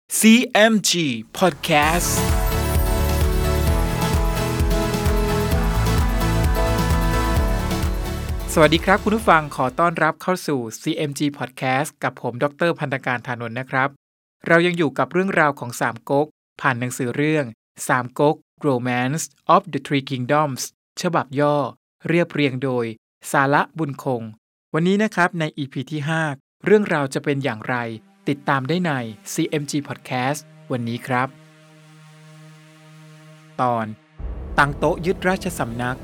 CMG Podcast สวัสดีครับคุณผู้ฟังขอต้อนรับเข้าสู่ CMG Podcast กับผมดร.พันธการธานนท์นะครับเรายังอยู่กับเรื่องราวของสามก๊กผ่านหนังสือเรื่องสามก๊ก Romance of the Three Kingdoms ฉบับย่อเรียบเรียงโดยสาระบุญคงวันนี้นะครับใน EP ที่5เรื่องราวจะเป็นอย่างไรติดตามได้ใน CMG Podcast วันนี้ครับตอนตังโต๊ะยึดราชสำนัก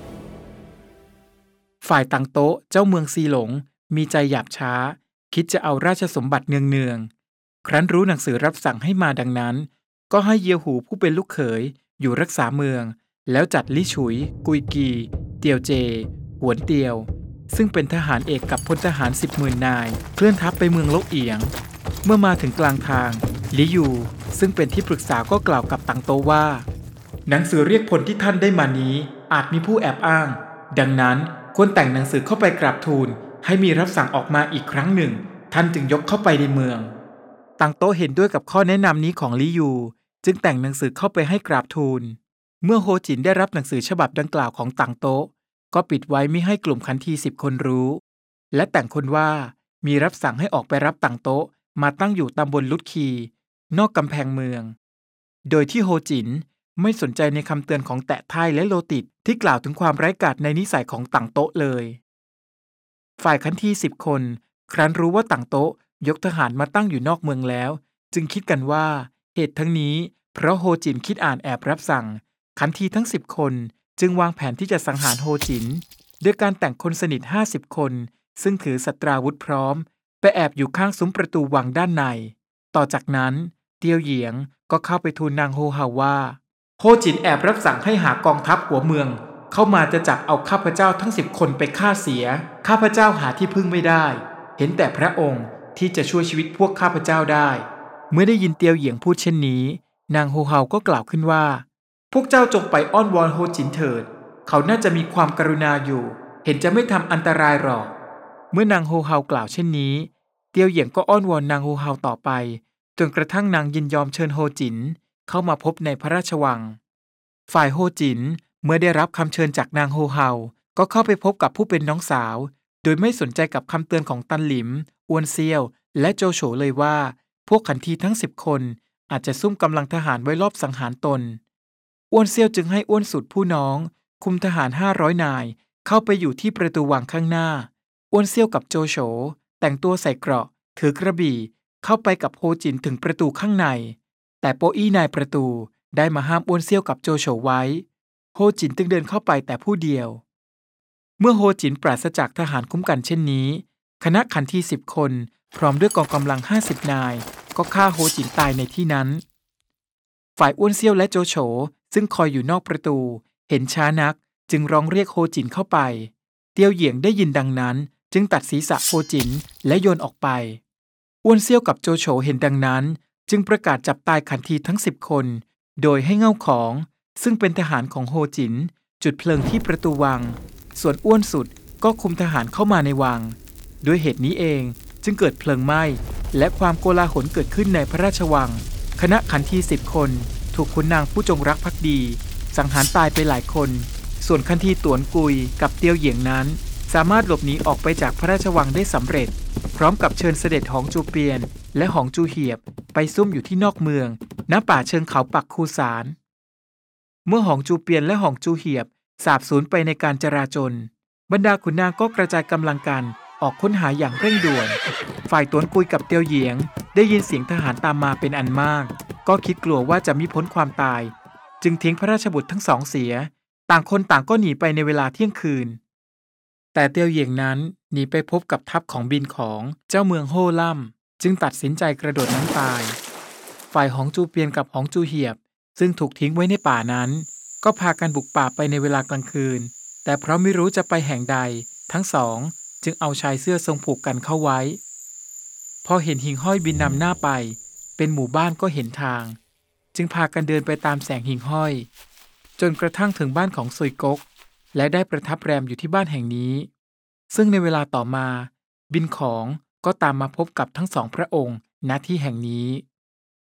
ฝ่ายตังโต๊ะเจ้าเมืองซีหลงมีใจหยาบช้าคิดจะเอาราชสมบัติเนืองๆครั้นรู้หนังสือรับสั่งให้มาดังนั้นก็ให้เยียวหูผู้เป็นลูกเขยอยู่รักษาเมืองแล้วจัดลี่ฉุยกุยกีเตียวเจหวนเตียวซึ่งเป็นทหารเอกกับพลทหาร10,000 นายเคลื่อนทัพไปเมืองโลกเอียงเมื่อมาถึงกลางทางลิยูซึ่งเป็นที่ปรึกษาก็กล่าวกับตังโต๊ะว่าหนังสือเรียกพลที่ท่านได้มานี้อาจมีผู้แอบอ้างดังนั้นควรแต่งหนังสือเข้าไปกราบทูลให้มีรับสั่งออกมาอีกครั้งหนึ่งท่านจึงยกเข้าไปในเมืองตังโต๊ะเห็นด้วยกับข้อแนะนำนี้ของลิยูจึงแต่งหนังสือเข้าไปให้กราบทูลเมื่อโฮจินได้รับหนังสือฉบับดังกล่าวของตังโต๊ะก็ปิดไว้ไม่ให้กลุ่มขันที10 คนรู้และแต่งคนว่ามีรับสั่งให้ออกไปรับตังโต๊ะมาตั้งอยู่ตำบลลุดคีนอกกำแพงเมืองโดยที่โฮจินไม่สนใจในคำเตือนของแตะไทและโลติดที่กล่าวถึงความไร้กาจในนิสัยของตังโต๊ะเลยฝ่ายขันที10 คนครั้นรู้ว่าตังโต๊ะยกทหารมาตั้งอยู่นอกเมืองแล้วจึงคิดกันว่าเหตุทั้งนี้เพราะโฮจินคิดอ่านแอบรับสั่งขันทีทั้ง10 คนจึงวางแผนที่จะสังหารโฮจินด้วยการแต่งคนสนิท50 คนซึ่งถือศัตราวุธพร้อมไปแอบอยู่ข้างซุ้มประตูวังด้านในต่อจากนั้นเตียวเหยียงก็เข้าไปทูลนางโฮเฮาว่าโฮจินแอบรับสั่งให้หากองทัพหัวเมืองเข้ามาจะจับเอาข้าพเจ้าทั้ง10 คนไปฆ่าเสียข้าพเจ้าหาที่พึ่งไม่ได้เห็นแต่พระองค์ที่จะช่วยชีวิตพวกข้าพเจ้าได้เมื่อได้ยินเตียวเหยียงพูดเช่นนี้นางโฮเฮาก็กล่าวขึ้นว่าพวกเจ้าจงไปอ้อนวอนโฮจินเถิดเขาน่าจะมีความกรุณาอยู่เห็นจะไม่ทำอันตรายหรอกเมื่อนางโฮเฮากล่าวเช่นนี้เตียวเหยียงก็อ้อนวอนนางโฮเฮาต่อไปจนกระทั่งนางยินยอมเชิญโฮจินเข้ามาพบในพระราชวังฝ่ายโฮจินเมื่อได้รับคำเชิญจากนางโฮเฮาก็เข้าไปพบกับผู้เป็นน้องสาวโดยไม่สนใจกับคำเตือนของตันหลิมอวนเซียวและโจโฉเลยว่าพวกขันทีทั้ง10 คนอาจจะซุ่มกำลังทหารไว้ลอบสังหารตนอ้วนเซียวจึงให้อ้วนสุดผู้น้องคุมทหาร500 นายเข้าไปอยู่ที่ประตูวังข้างหน้าอ้วนเซียวกับโจโฉแต่งตัวใส่เกราะถือกระบี่เข้าไปกับโฮจินถึงประตูข้างในแต่โปอี้นายประตูได้มาห้ามอ้วนเซียวกับโจโฉไว้โฮจินจึงเดินเข้าไปแต่ผู้เดียวเมื่อโฮจินปราศจากทหารคุ้มกันเช่นนี้คณะขันที10 คนพร้อมด้วยกองกำลัง50 นายก็ฆ่าโฮจินตายในที่นั้นฝ่ายอ้วนเซียวและโจโฉซึ่งคอยอยู่นอกประตูเห็นช้านักจึงร้องเรียกโฮจินเข้าไปเตียวเหยียงได้ยินดังนั้นจึงตัดศีรษะโฮจินและโยนออกไปอ้วนเซียวกับโจโฉเห็นดังนั้นจึงประกาศจับตายขันทีทั้ง10 คนโดยให้เง่าของซึ่งเป็นทหารของโฮจินจุดเพลิงที่ประตูวังส่วนอ้วนสุดก็คุมทหารเข้ามาในวังด้วยเหตุนี้เองจึงเกิดเพลิงไหม้และความโกลาหลเกิดขึ้นในพระราชวังคณะขันที10 คนถูกขุนนางผู้จงรักภักดีสังหารตายไปหลายคนส่วนขันทีตวนกุยกับเตียวเหยียงนั้นสามารถหลบหนีออกไปจากพระราชวังได้สำเร็จพร้อมกับเชิญเสด็จหองจูเปียนและหองจูเหียบไปซุ่มอยู่ที่นอกเมืองณป่าเชิงเขาปักคูสารเมื่อหองจูเปียนและหองจูเหียบสาบสูญไปในการจราจรบรรดาขุนนางก็กระจายกำลังกันออกค้นหาอย่างเร่งด่วนฝ่ายตวนกุยกับเตียวเหยียงได้ยินเสียงทหารตามมาเป็นอันมากก็คิดกลัวว่าจะมิพ้นความตายจึงทิ้งพระราชบุตรทั้งสองเสียต่างคนต่างก็หนีไปในเวลาเที่ยงคืนแต่เตียวเหยียงนั้นหนีไปพบกับทัพของบินของเจ้าเมืองโฮล่ำจึงตัดสินใจกระโดดน้ำตายฝ่ายหองจูเปียนกับหองจูเหียบซึ่งถูกทิ้งไว้ในป่านั้นก็พากันบุกป่าไปในเวลากลางคืนแต่เพราะไม่รู้จะไปแห่งใดทั้งสองจึงเอาชายเสื้อทรงผูกกันเข้าไว้พอเห็นหิ่งห้อยบินนำหน้าไปเป็นหมู่บ้านก็เห็นทางจึงพากันเดินไปตามแสงหิ่งห้อยจนกระทั่งถึงบ้านของซุยก๊กและได้ประทับแรมอยู่ที่บ้านแห่งนี้ซึ่งในเวลาต่อมาบินของก็ตามมาพบกับทั้งสองพระองค์ณที่แห่งนี้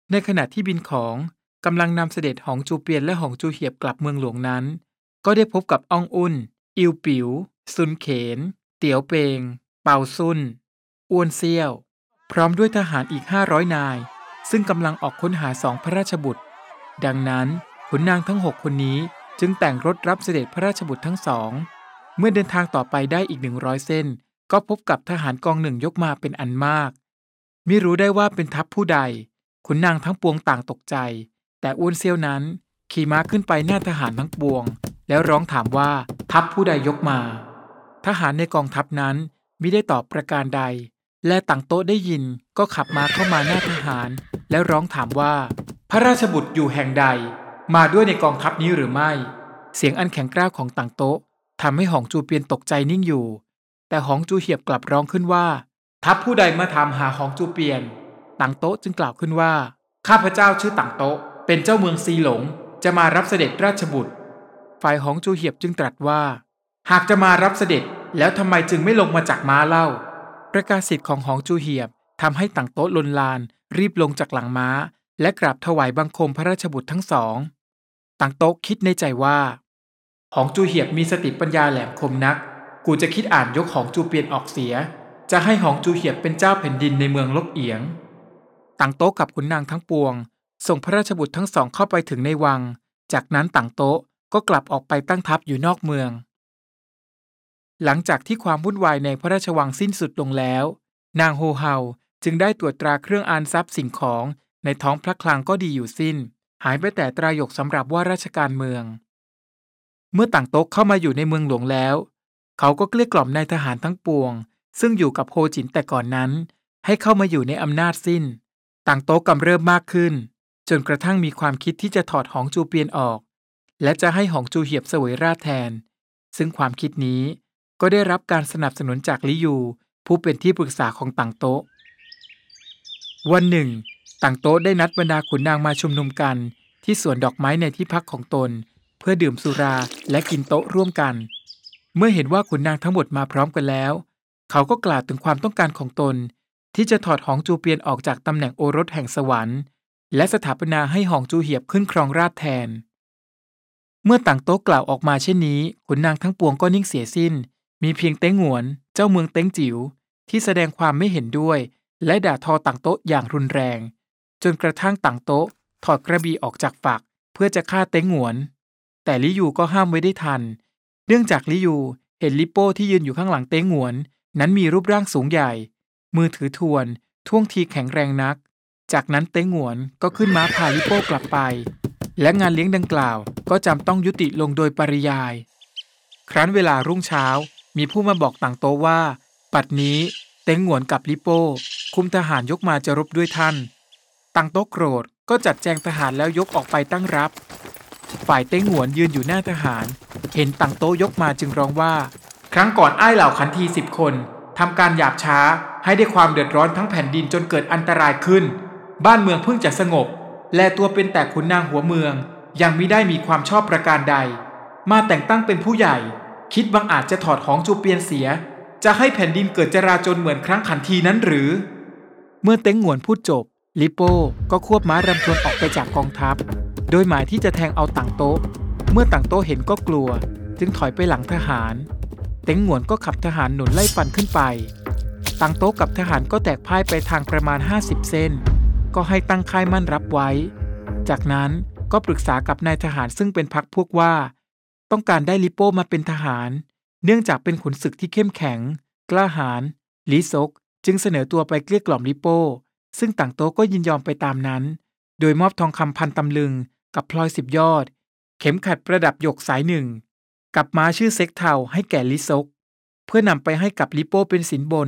ในขณะที่บินของกำลังนำเสด็จหองจูเปียนและหองจูเหียบกลับเมืองหลวงนั้นก็ได้พบกับอ้องอุ่นอิวปิ๋วซุนเขนเตี๋ยวเปงเปาซุนอ้วนเซี่ยวพร้อมด้วยทหารอีก500 นายซึ่งกำลังออกค้นหา2พระราชบุตรดังนั้นขุนนางทั้ง6คนนี้จึงแต่งรถรับเสด็จพระราชบุตรทั้งสองเมื่อเดินทางต่อไปได้อีก100 เส้นก็พบกับทหารกองหนึ่งยกมาเป็นอันมากมิรู้ได้ว่าเป็นทัพผู้ใดขุนนางทั้งปวงต่างตกใจแต่อ้วนเซี่ยวนั้นขี่ม้าขึ้นไปหน้าทหารทั้งปวงแล้วร้องถามว่าทัพผู้ใดยกมาทหารในกองทัพนั้นมิได้ตอบประการใดและต่างโต๊ะได้ยินก็ขับม้าเข้ามาหน้าทหารแล้วร้องถามว่าพระราชบุตรอยู่แห่งใดมาด้วยในกองทัพนี้หรือไม่เสียงอันแข็งกร้าวของต่างโต๊ะทำให้หองจูเปียนตกใจนิ่งอยู่แต่หองจูเหียบกลับร้องขึ้นว่าทัพผู้ใดมาถามหาหองจูเปียนต่างโต๊ะจึงกล่าวขึ้นว่าข้าพเจ้าชื่อต่างโต๊ะเป็นเจ้าเมืองซีหลงจะมารับเสด็จราชบุตรฝ่ายหองจูเหียบจึงตรัสว่าหากจะมารับเสด็จแล้วทำไมจึงไม่ลงมาจากม้าเล่าประกาศสิทธิ์ของหองจูเหียบทำให้ต่างโต๊ะลนลานรีบลงจากหลังม้าและกราบถวายบังคมพระราชบุตรทั้งสองต่างโต๊ะคิดในใจว่าหองจูเหียบมีสติปัญญาแหลมคมนักกูจะคิดอ่านยกหองจูเปียนออกเสียจะให้หองจูเหียบเป็นเจ้าแผ่นดินในเมืองลกเอียงต่างโต๊ะกับขุนนางทั้งปวงส่งพระราชบุตรทั้งสองเข้าไปถึงในวังจากนั้นต่างโต๊ะก็กลับออกไปตั้งทัพอยู่นอกเมืองหลังจากที่ความวุ่นวายในพระราชวังสิ้นสุดลงแล้วนางโฮเฮาจึงได้ตรวจตราเครื่องอานทรัพย์สิ่งของในท้องพระคลังก็ดีอยู่สิ้นหายไปแต่ตรายกสำหรับว่าราชการเมืองเมื่อต่างโต๊ะเข้ามาอยู่ในเมืองหลวงแล้วเขาก็เกลี้ยกล่อมนายทหารทั้งปวงซึ่งอยู่กับโฮจินแต่ก่อนนั้นให้เข้ามาอยู่ในอำนาจสิ้นต่างโต๊ะกำเริบมากขึ้นจนกระทั่งมีความคิดที่จะถอดหองจูเปียนออกและจะให้หองจูเหียบเสวยราชแทนซึ่งความคิดนี้ก็ได้รับการสนับสนุนจากลิยูผู้เป็นที่ปรึกษาของต่างโต๊ะวันหนึ่งต่างโต๊ะได้นัดบรรดาขุนนางมาชุมนุมกันที่สวนดอกไม้ในที่พักของตนเพื่อดื่มสุราและกินโต๊ะร่วมกันเมื่อเห็นว่าขุนนางทั้งหมดมาพร้อมกันแล้วเขาก็กล่าวถึงความต้องการของตนที่จะถอดหองจูเปียนออกจากตำแหน่งโอรสแห่งสวรรค์และสถาปนาให้หองจูเหียบขึ้นครองราชย์แทนเมื่อต่างโต๊ะกล่าวออกมาเช่นนี้ขุนนางทั้งปวงก็นิ่งเสียสิ้นมีเพียงเต้งหวนเจ้าเมืองเต้งจิ๋วที่แสดงความไม่เห็นด้วยและด่าทอต่างโต๊ะอย่างรุนแรงจนกระทั่งต่างโต๊ะถอดกระบี่ออกจากฝักเพื่อจะฆ่าเต้งหวนแต่ลิยูก็ห้ามไว้ได้ทันเนื่องจากลิยูเห็นลิโป้ที่ยืนอยู่ข้างหลังเต้งหวนนั้นมีรูปร่างสูงใหญ่มือถือทวนท่วงทีแข็งแรงนักจากนั้นเต้งหวนก็ขึ้นม้าพาลิโป้กลับไปและงานเลี้ยงดังกล่าวก็จำต้องยุติลงโดยปริยายครั้นเวลารุ่งเช้ามีผู้มาบอกต่างโต๊ะว่าปัดนี้เต้งหวนกับลิโป้คุมทหารยกมาจะรบด้วยท่านต่างโต๊ะโกรธก็จัดแจงทหารแล้วยกออกไปตั้งรับฝ่ายเต้งหวนยืนอยู่หน้าทหารเห็นต่างโต๊ะยกมาจึงร้องว่าครั้งก่อนอ้ายเหล่าขันที10 คนทำการหยาบช้าให้ได้ความเดือดร้อนทั้งแผ่นดินจนเกิดอันตรายขึ้นบ้านเมืองเพิ่งจะสงบแลตัวเป็นแต่ขุนนางหัวเมืองยังมิได้มีความชอบประการใดมาแต่งตั้งเป็นผู้ใหญ่คิดบังอาจจะถอดหองจูเปียนเสียจะให้แผ่นดินเกิดจราจนเหมือนครั้งขันทีนั้นหรือเมื่อเต้งหวนพูดจบลิโป้ก็ควบม้ารำทวนออกไปจากกองทัพโดยหมายที่จะแทงเอาต่างโต๊ะเมื่อต่างโต๊ะเห็นก็กลัวจึงถอยไปหลังทหารเต้งหวนก็ขับทหารหนุนไล่ฟันขึ้นไปต่างโต๊ะกับทหารก็แตกพ่ายไปทางประมาณ50 เส้นก็ให้ตั้งค่ายมั่นรับไว้จากนั้นก็ปรึกษากับนายทหารซึ่งเป็นพรรคพวกว่าต้องการได้ลิโป้มาเป็นทหารเนื่องจากเป็นขุนศึกที่เข้มแข็งกล้าหาญลีซกจึงเสนอตัวไปเกลี้ยกล่อมลิโป้ซึ่งต่างโต๊ะก็ยินยอมไปตามนั้นโดยมอบทองคำ1,000 ตำลึงกับพลอย10 ยอดเข็มขัดประดับหยกสายหนึ่งกับม้าชื่อเซ็กเทาให้แก่ลิซกเพื่อนำไปให้กับลิโป้เป็นสินบน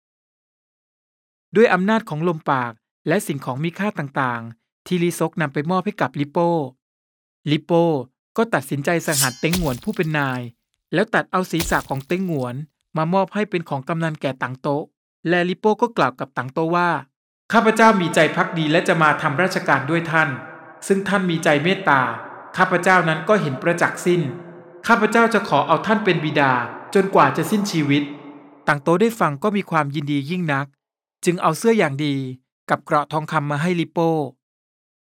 ด้วยอำนาจของลมปากและสิ่งของมีค่าต่างๆที่ลิซกนำไปมอบให้กับลิโป้ก็ตัดสินใจสังหารเต็งหวนผู้เป็นนายแล้วตัดเอาศีรษะของเต็งหวนมามอบให้เป็นของกำนันแก่ต่างโต๊ะและลิโป้ก็กล่าวกับต่างโต๊ะว่าข้าพเจ้ามีใจภักดีและจะมาทำราชการด้วยท่านซึ่งท่านมีใจเมตตาข้าพเจ้านั้นก็เห็นประจักษ์สิ้นข้าพเจ้าจะขอเอาท่านเป็นบิดาจนกว่าจะสิ้นชีวิตต่างโต๊ะได้ฟังก็มีความยินดียิ่งนักจึงเอาเสื้ออย่างดีกับเกราะทองคำมาให้ลิโป้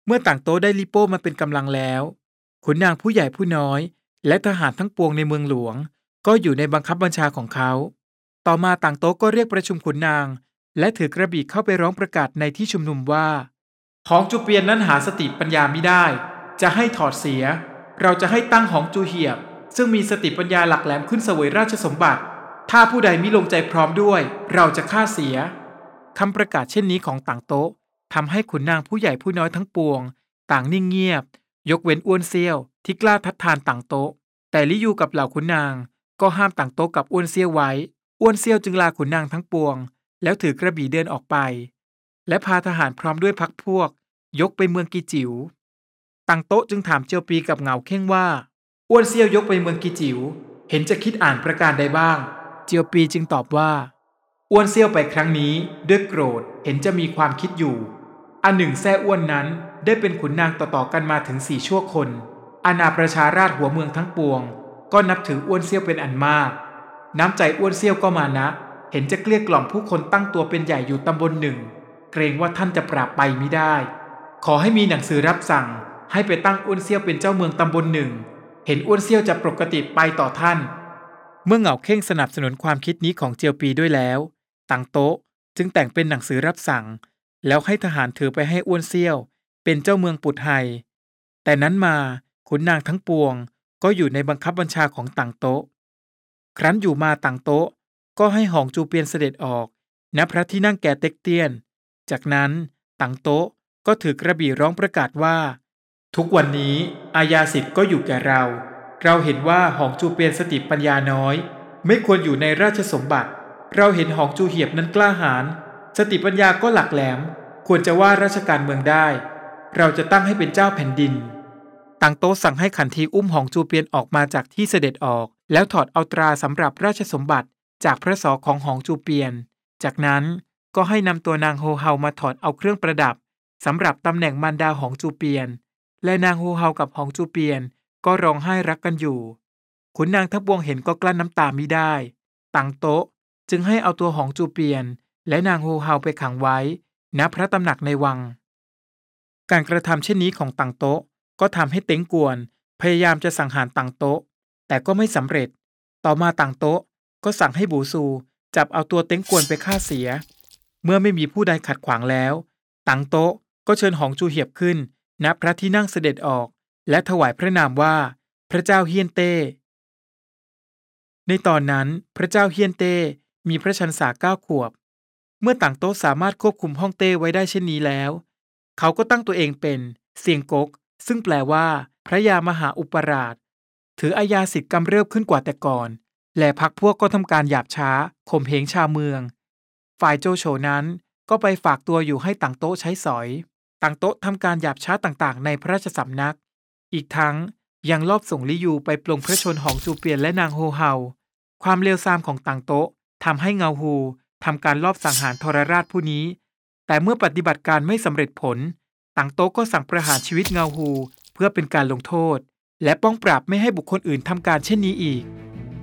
มื่อต่างโต๊ะได้ลิโป้มาเป็นกำลังแล้วขุนนางผู้ใหญ่ผู้น้อยและทหารทั้งปวงในเมืองหลวงก็อยู่ในบังคับบัญชาของเขาต่อมาต่างโต๊ะก็เรียกประชุมขุนนางและถือกระบี่เข้าไปร้องประกาศในที่ชุมนุมว่าหองจูเปียนนั้นหาสติปัญญาไม่ได้จะให้ถอดเสียเราจะให้ตั้งหองจูเหียบซึ่งมีสติปัญญาหลักแหลมขึ้นเสวยราชสมบัติถ้าผู้ใดมิลงใจพร้อมด้วยเราจะฆ่าเสียคำประกาศเช่นนี้ของต่างโต๊ะทำให้ขุนนางผู้ใหญ่ผู้น้อยทั้งปวงต่างนิ่งเงียบยกเว้นอ้วนเซี่ยวที่กล้าทัดทานต่างโต๊ะแต่ลี่ยูกับเหล่าขุนนางก็ห้ามต่างโต๊ะกับอ้วนเซี่ยวไว้อ้วนเซี่ยวจึงลาขุนนางทั้งปวงแล้วถือกระบี่เดินออกไปและพาทหารพร้อมด้วยพรรคพวกยกไปเมืองกีจิ๋วต่างโต๊ะจึงถามเจียวปีกับเหงาเข่งว่าอ้วนเซี่ยวยกไปเมืองกีจิ๋วเห็นจะคิดอ่านประการใดบ้างเจียวปีจึงตอบว่าอ้วนเซี่ยวไปครั้งนี้ด้วยโกรธเห็นจะมีความคิดอยู่อันหนึ่งแซ่อ้วนนั้นได้เป็นขุนนางต่อๆกันมาถึง4 ชั่วคนอาณาประชาราษฎร์หัวเมืองทั้งปวงก็นับถืออ้วนเซี่ยวเป็นอันมากน้ำใจอ้วนเซี่ยวก็มานะเห็นจะเกลี้ยกล่อมผู้คนตั้งตัวเป็นใหญ่อยู่ตำบลหนึ่งเกรงว่าท่านจะปราบไปมิได้ขอให้มีหนังสือรับสั่งให้ไปตั้งอ้วนเซี่ยวเป็นเจ้าเมืองตำบลหนึ่งเห็นอ้วนเซี่ยวจะปกติไปต่อท่านเมื่อเหงาเข่งสนับสนุนความคิดนี้ของเจียวปีด้วยแล้วต่างโต๊ะจึงแต่งเป็นหนังสือรับสั่งแล้วให้ทหารถือไปให้อ้วนเซี่ยวเป็นเจ้าเมืองปุดไฮแต่นั้นมาขุนนางทั้งปวงก็อยู่ในบังคับบัญชาของต่างโต๊ะครั้นอยู่มาต่างโต๊ะก็ให้หองจูเปียนเสด็จออกณพระที่นั่งแก่เต็กเตี้ยนจากนั้นต่างโต๊ะก็ถือกระบี่ร้องประกาศว่าทุกวันนี้อาญาสิทธิ์ก็อยู่แก่เราเห็นว่าหองจูเปียนสติปัญญาน้อยไม่ควรอยู่ในราชสมบัติเราเห็นหองจูเหียบนั้นกล้าหาญสติปัญญาก็หลักแหลมควรจะว่าราชการเมืองได้เราจะตั้งให้เป็นเจ้าแผ่นดินต่างโต๊ะสั่งให้ขันทีอุ้มหองจูเปียนออกมาจากที่เสด็จออกแล้วถอดเอาตราสำหรับราชสมบัติจากพระศอกของหองจูเปียนจากนั้นก็ให้นำตัวนางโฮเฮามาถอดเอาเครื่องประดับสำหรับตำแหน่งมารดาหองจูเปียนและนางโฮเฮากับหองจูเปียนก็ร้องไห้รักกันอยู่ขุนนางทั้งปวงเห็นก็กลั้นน้ำตามิได้ต่างโต๊ะจึงให้เอาตัวหองจูเปียนและนางโฮเฮาไปขังไว้ณพระตำหนักในวังการกระทำเช่นนี้ของต่างโต๊ะก็ทำให้เต็งกวนพยายามจะสังหารต่างโต๊ะแต่ก็ไม่สำเร็จต่อมาต่างโต๊ะก็สั่งให้บูซูจับเอาตัวเต็งกวนไปฆ่าเสียเมื่อไม่มีผู้ใดขัดขวางแล้วต่างโต๊ะก็เชิญหองจูเหียบขึ้นณพระที่นั่งเสด็จออกและถวายพระนามว่าพระเจ้าเฮียนเต้ในตอนนั้นพระเจ้าเฮียนเต้มีพระชรรษา9 ขวบเมื่อต่างโต๊ะสามารถควบคุมฮ่องเต้ไว้ได้เช่นนี้แล้วเขาก็ตั้งตัวเองเป็นเซียงก๊กซึ่งแปลว่าพระยามหาอุปราชถืออาญาสิทธิ์กำเริบขึ้นกว่าแต่ก่อนและพรรคพวกก็ทำการหยาบช้าข่มเหงชาวเมืองฝ่ายโจโฉนั้นก็ไปฝากตัวอยู่ให้ต่างโต๊ะใช้สอยต่างโต๊ะทำการหยาบช้าต่างๆในพระราชสำนักอีกทั้งยังลอบส่งลี่ยูไปปลงพระชนหองจูเปียนและนางโฮเฮาความเลวทรามของต่างโต๊ะทำให้เงาฮูทำการลอบสังหารทรราชผู้นี้แต่เมื่อปฏิบัติการไม่สำเร็จผลต่างโต๊ะก็สั่งประหารชีวิตเงาฮูเพื่อเป็นการลงโทษและป้องปราบไม่ให้บุคคลอื่นทำการเช่นนี้อีก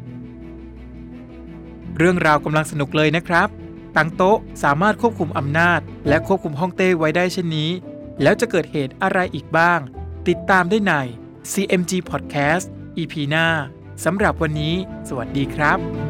เรื่องราวกำลังสนุกเลยนะครับต่างโต๊ะสามารถควบคุมอำนาจและควบคุมฮ่องเต้ไว้ได้เช่นนี้แล้วจะเกิดเหตุอะไรอีกบ้างติดตามได้ใน CMG Podcast EP หน้าสำหรับวันนี้สวัสดีครับ